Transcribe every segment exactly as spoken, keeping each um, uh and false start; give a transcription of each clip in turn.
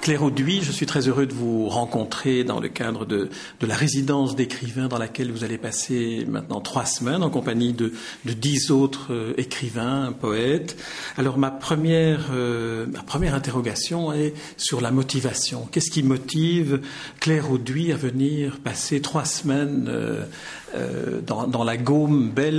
Claire Auduit, je suis très heureux de vous rencontrer dans le cadre de, de la résidence d'écrivains dans laquelle vous allez passer maintenant trois semaines en compagnie de, de dix autres euh, écrivains, poètes. Alors ma première, euh, ma première interrogation est sur la motivation. Qu'est-ce qui motive Claire Auduit à venir passer trois semaines euh, euh, dans, dans la Gaume belge ?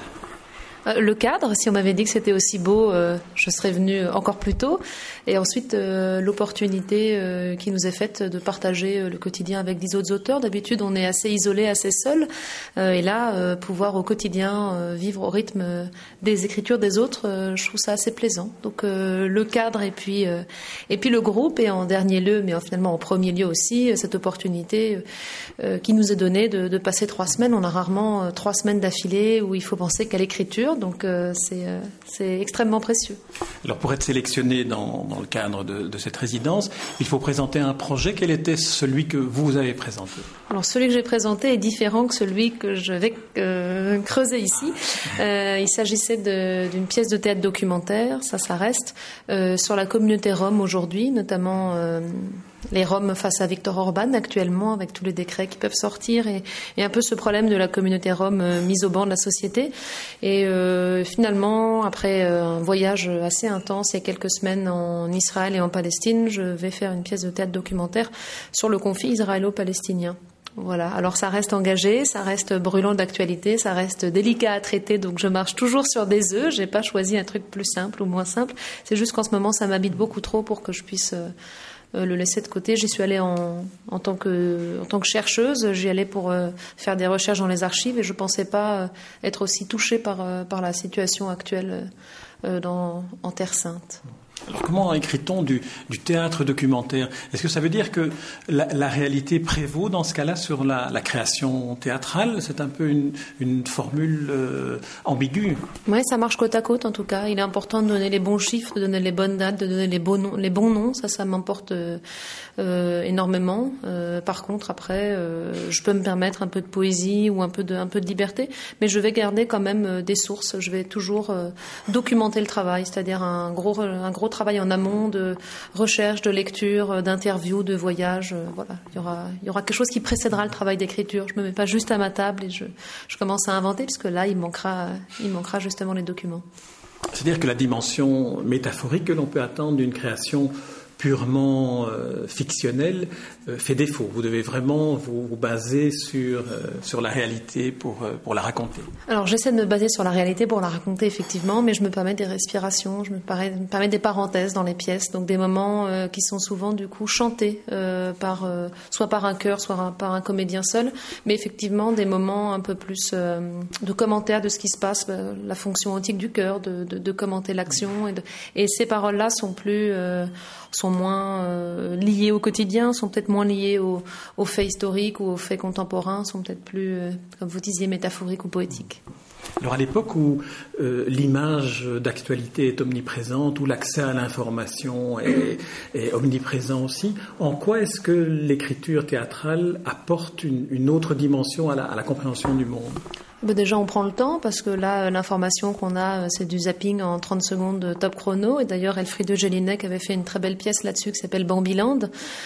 Le cadre, si on m'avait dit que c'était aussi beau, euh, je serais venue encore plus tôt. Et ensuite, euh, l'opportunité euh, qui nous est faite de partager euh, le quotidien avec dix autres auteurs. D'habitude, on est assez isolé, assez seul. Euh, et là, euh, pouvoir au quotidien euh, vivre au rythme euh, des écritures des autres, euh, je trouve ça assez plaisant. Donc, euh, le cadre et puis euh, et puis le groupe. Et en dernier lieu, mais finalement en premier lieu aussi, euh, cette opportunité euh, qui nous est donnée de, de passer trois semaines. On a rarement euh, trois semaines d'affilée où il faut penser qu'à l'écriture. Donc euh, c'est, euh, c'est extrêmement précieux. Alors pour être sélectionné dans, dans le cadre de, de cette résidence, il faut présenter un projet. Quel était celui que vous avez présenté ? Alors celui que j'ai présenté est différent que celui que je vais euh, creuser ici. Euh, il s'agissait de, d'une pièce de théâtre documentaire, ça ça reste, euh, sur la communauté rome aujourd'hui, notamment euh, les Roms face à Viktor Orban actuellement, avec tous les décrets qui peuvent sortir, et, et un peu ce problème de la communauté rome euh, mise au banc de la société. Et euh, finalement, après euh, un voyage assez intense, il y a quelques semaines en Israël et en Palestine, je vais faire une pièce de théâtre documentaire sur le conflit israélo-palestinien. Voilà. Alors ça reste engagé, ça reste brûlant d'actualité, ça reste délicat à traiter, donc je marche toujours sur des œufs. J'ai pas choisi un truc plus simple ou moins simple. C'est juste qu'en ce moment, ça m'habite beaucoup trop pour que je puisse euh, le laisser de côté. J'y suis allée en, en tant que, en tant que chercheuse. J'y allais pour euh, faire des recherches dans les archives et je pensais pas euh, être aussi touchée par, euh, par la situation actuelle euh, dans, en Terre Sainte. Alors comment écrit-on du, du théâtre documentaire ? Est-ce que ça veut dire que la, la réalité prévaut dans ce cas-là sur la, la création théâtrale ? C'est un peu une, une formule euh, ambiguë. Oui, ça marche côte à côte en tout cas. Il est important de donner les bons chiffres, de donner les bonnes dates, de donner les bons noms. Les bons noms, ça, ça m'importe euh, euh, énormément. Euh, par contre, après, euh, je peux me permettre un peu de poésie ou un peu de, un peu de liberté, mais je vais garder quand même euh, des sources. Je vais toujours euh, documenter le travail, c'est-à-dire un gros, un gros travail en amont de recherche, de lecture, d'interview, de voyage. Voilà, il y aura, il y aura quelque chose qui précédera le travail d'écriture. Je me mets pas juste à ma table et je, je commence à inventer, puisque là, il manquera, il manquera justement les documents. C'est-à-dire que la dimension métaphorique que l'on peut attendre d'une création purement euh, fictionnelle euh, fait défaut. Vous devez vraiment vous, vous baser sur, euh, sur la réalité pour, euh, pour la raconter. Alors j'essaie de me baser sur la réalité pour la raconter effectivement, mais je me permets des respirations, je me permets, me permets des parenthèses dans les pièces, donc des moments euh, qui sont souvent du coup chantés euh, par, euh, soit par un chœur, soit un, par un comédien seul, mais effectivement des moments un peu plus euh, de commentaires de ce qui se passe, euh, la fonction antique du chœur, de, de, de commenter l'action, et, de, et ces paroles-là sont plus... Euh, sont moins euh, liées au quotidien, sont peut-être moins liées aux, aux faits historiques ou aux faits contemporains, sont peut-être plus, euh, comme vous disiez, métaphoriques ou poétiques. Alors à l'époque où euh, l'image d'actualité est omniprésente, où l'accès à l'information est, est omniprésent aussi, en quoi est-ce que l'écriture théâtrale apporte une, une autre dimension à la, à la compréhension du monde ? Ben déjà, on prend le temps parce que là, l'information qu'on a, c'est du zapping en trente secondes top chrono. Et d'ailleurs, Elfriede Jelinek avait fait une très belle pièce là-dessus qui s'appelle Bambiland,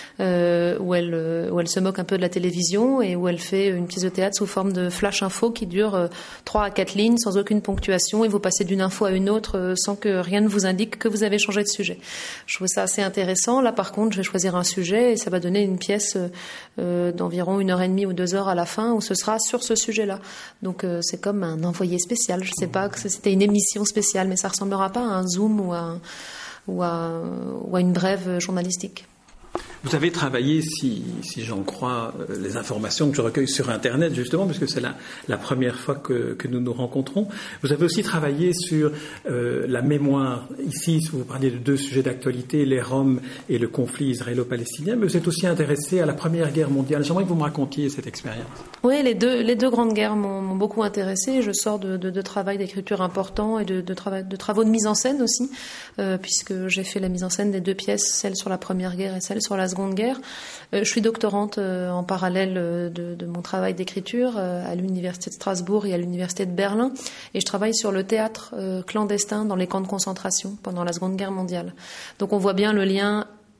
euh, où elle où elle se moque un peu de la télévision et où elle fait une pièce de théâtre sous forme de flash info qui dure trois à quatre lignes sans aucune ponctuation et vous passez d'une info à une autre euh, sans que rien ne vous indique que vous avez changé de sujet. Je trouve ça assez intéressant. Là, par contre, je vais choisir un sujet et ça va donner une pièce euh, d'environ une heure et demie ou deux heures à la fin où ce sera sur ce sujet-là. Donc c'est comme un envoyé spécial. Je ne sais pas que c'était une émission spéciale, mais ça ne ressemblera pas à un Zoom ou à, ou à, ou à une brève journalistique. Vous avez travaillé, si, si j'en crois, les informations que je recueille sur Internet, justement, puisque c'est la, la première fois que, que nous nous rencontrons. Vous avez aussi travaillé sur euh, la mémoire. Ici, vous parliez de deux sujets d'actualité, les Roms et le conflit israélo-palestinien, mais vous êtes aussi intéressé à la Première Guerre mondiale. J'aimerais que vous me racontiez cette expérience. Oui, les deux, les deux grandes guerres m'ont, m'ont beaucoup intéressé. Je sors de, de, de travail d'écriture important et de, de, trava, de travaux de mise en scène aussi, euh, puisque j'ai fait la mise en scène des deux pièces, celle sur la Première Guerre et celle sur la Seconde Guerre. Euh, je suis doctorante euh, en parallèle de, de mon travail d'écriture euh, à l'Université de Strasbourg et à l'Université de Berlin, et je travaille sur le théâtre euh, clandestin dans les camps de concentration pendant la Seconde Guerre mondiale. Donc on voit bien le lien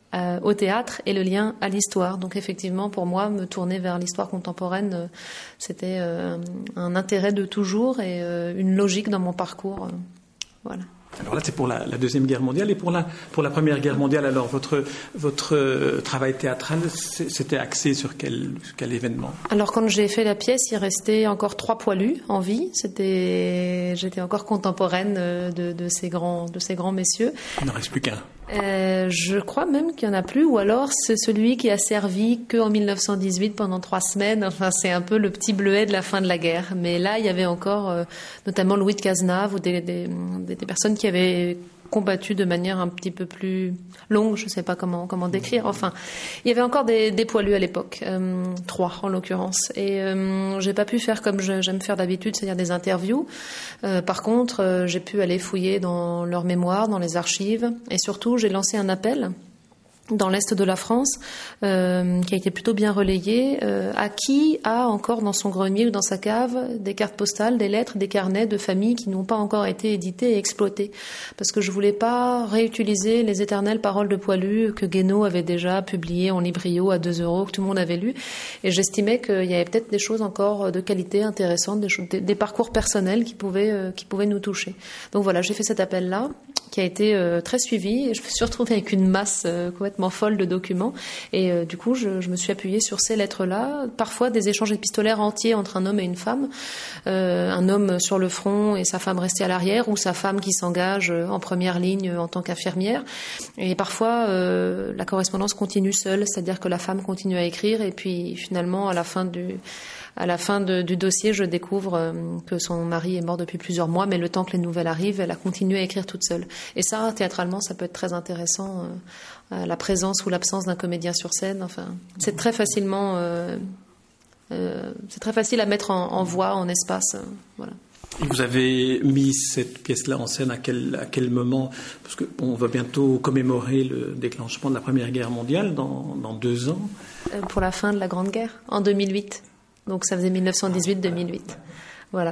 euh, au théâtre et le lien à l'histoire. Donc effectivement, pour moi, me tourner vers l'histoire contemporaine, euh, c'était euh, un intérêt de toujours et euh, une logique dans mon parcours. Euh, voilà. Alors là, c'est pour la, la Deuxième Guerre mondiale. Et pour la, pour la Première Guerre mondiale, alors, votre, votre travail théâtral, c'était axé sur quel, sur quel événement ? Alors, quand j'ai fait la pièce, il restait encore trois poilus en vie. C'était, j'étais encore contemporaine de, de, ces grands, de ces grands messieurs. Il n'en reste plus qu'un. Euh, je crois même qu'il n'y en a plus, ou alors c'est celui qui a servi qu'en mille neuf cent dix-huit pendant trois semaines. Enfin, c'est un peu le petit bleuet de la fin de la guerre. Mais là, il y avait encore euh, notamment Louis de Cazenave ou des, des, des, des personnes qui avaient combattu de manière un petit peu plus longue, je ne sais pas comment comment décrire. Enfin, il y avait encore des, des poilus à l'époque, euh, trois en l'occurrence. Et euh, j'ai pas pu faire comme je, j'aime faire d'habitude, c'est-à-dire des interviews. Euh, par contre, euh, j'ai pu aller fouiller dans leurs mémoires, dans les archives, et surtout, j'ai lancé un appel dans l'est de la France, euh, qui a été plutôt bien relayé, euh, à qui a encore dans son grenier ou dans sa cave des cartes postales, des lettres, des carnets de familles qui n'ont pas encore été édités et exploités. Parce que je voulais pas réutiliser les éternelles paroles de poilus que Guénaud avait déjà publiées en librio à deux euros, que tout le monde avait lu. Et j'estimais qu'il y avait peut-être des choses encore de qualité intéressantes, des, choses, des, des parcours personnels qui pouvaient, euh, qui pouvaient nous toucher. Donc voilà, j'ai fait cet appel-là, qui a été euh, très suivi, et je me suis retrouvée avec une masse euh, complètement folle de documents, et euh, du coup je, je me suis appuyée sur ces lettres-là, parfois des échanges épistolaires entiers entre un homme et une femme, euh, un homme sur le front et sa femme restée à l'arrière, ou sa femme qui s'engage en première ligne en tant qu'infirmière, et parfois euh, la correspondance continue seule, c'est-à-dire que la femme continue à écrire, et puis finalement à la fin du À la fin de, du dossier, je découvre euh, que son mari est mort depuis plusieurs mois, mais le temps que les nouvelles arrivent, elle a continué à écrire toute seule. Et ça, théâtralement, ça peut être très intéressant, euh, la présence ou l'absence d'un comédien sur scène. Enfin, c'est très facilement, euh, euh, c'est très facile à mettre en, en voix, en espace. Euh, voilà. Et vous avez mis cette pièce-là en scène à quel, à quel moment ? Parce qu'on va bientôt commémorer le déclenchement de la Première Guerre mondiale dans, dans deux ans. Euh, pour la fin de la Grande Guerre, en deux mille huit. Donc ça faisait dix-neuf cent dix-huit deux mille huit. Voilà.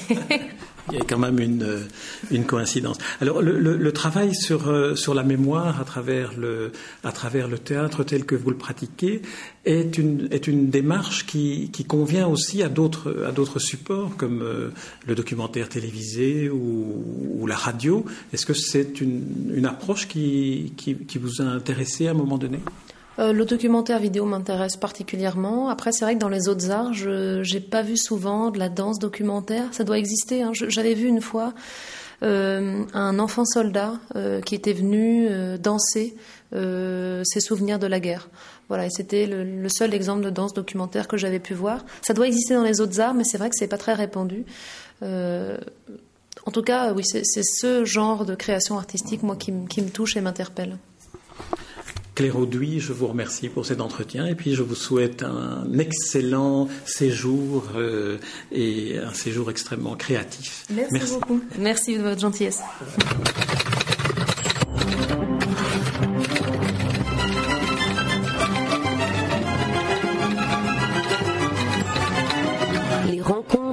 Il y a quand même une, une coïncidence. Alors le, le, le travail sur, sur la mémoire à travers, le, à travers le théâtre tel que vous le pratiquez est une, est une démarche qui, qui convient aussi à d'autres, à d'autres supports comme le documentaire télévisé ou, ou la radio. Est-ce que c'est une, une approche qui, qui, qui vous a intéressé à un moment donné ? Euh, le documentaire vidéo m'intéresse particulièrement. Après, c'est vrai que dans les autres arts, je n'ai pas vu souvent de la danse documentaire. Ça doit exister. Hein. Je, j'avais vu une fois euh, un enfant soldat euh, qui était venu euh, danser euh, ses souvenirs de la guerre. Voilà, et c'était le, le seul exemple de danse documentaire que j'avais pu voir. Ça doit exister dans les autres arts, mais c'est vrai que c'est pas très répandu. Euh, en tout cas, oui, c'est, c'est ce genre de création artistique, moi, qui, qui me touche et m'interpelle. Claire Auduit, je vous remercie pour cet entretien et puis je vous souhaite un excellent séjour euh, et un séjour extrêmement créatif. Merci, Merci beaucoup. Merci de votre gentillesse. Les rencontres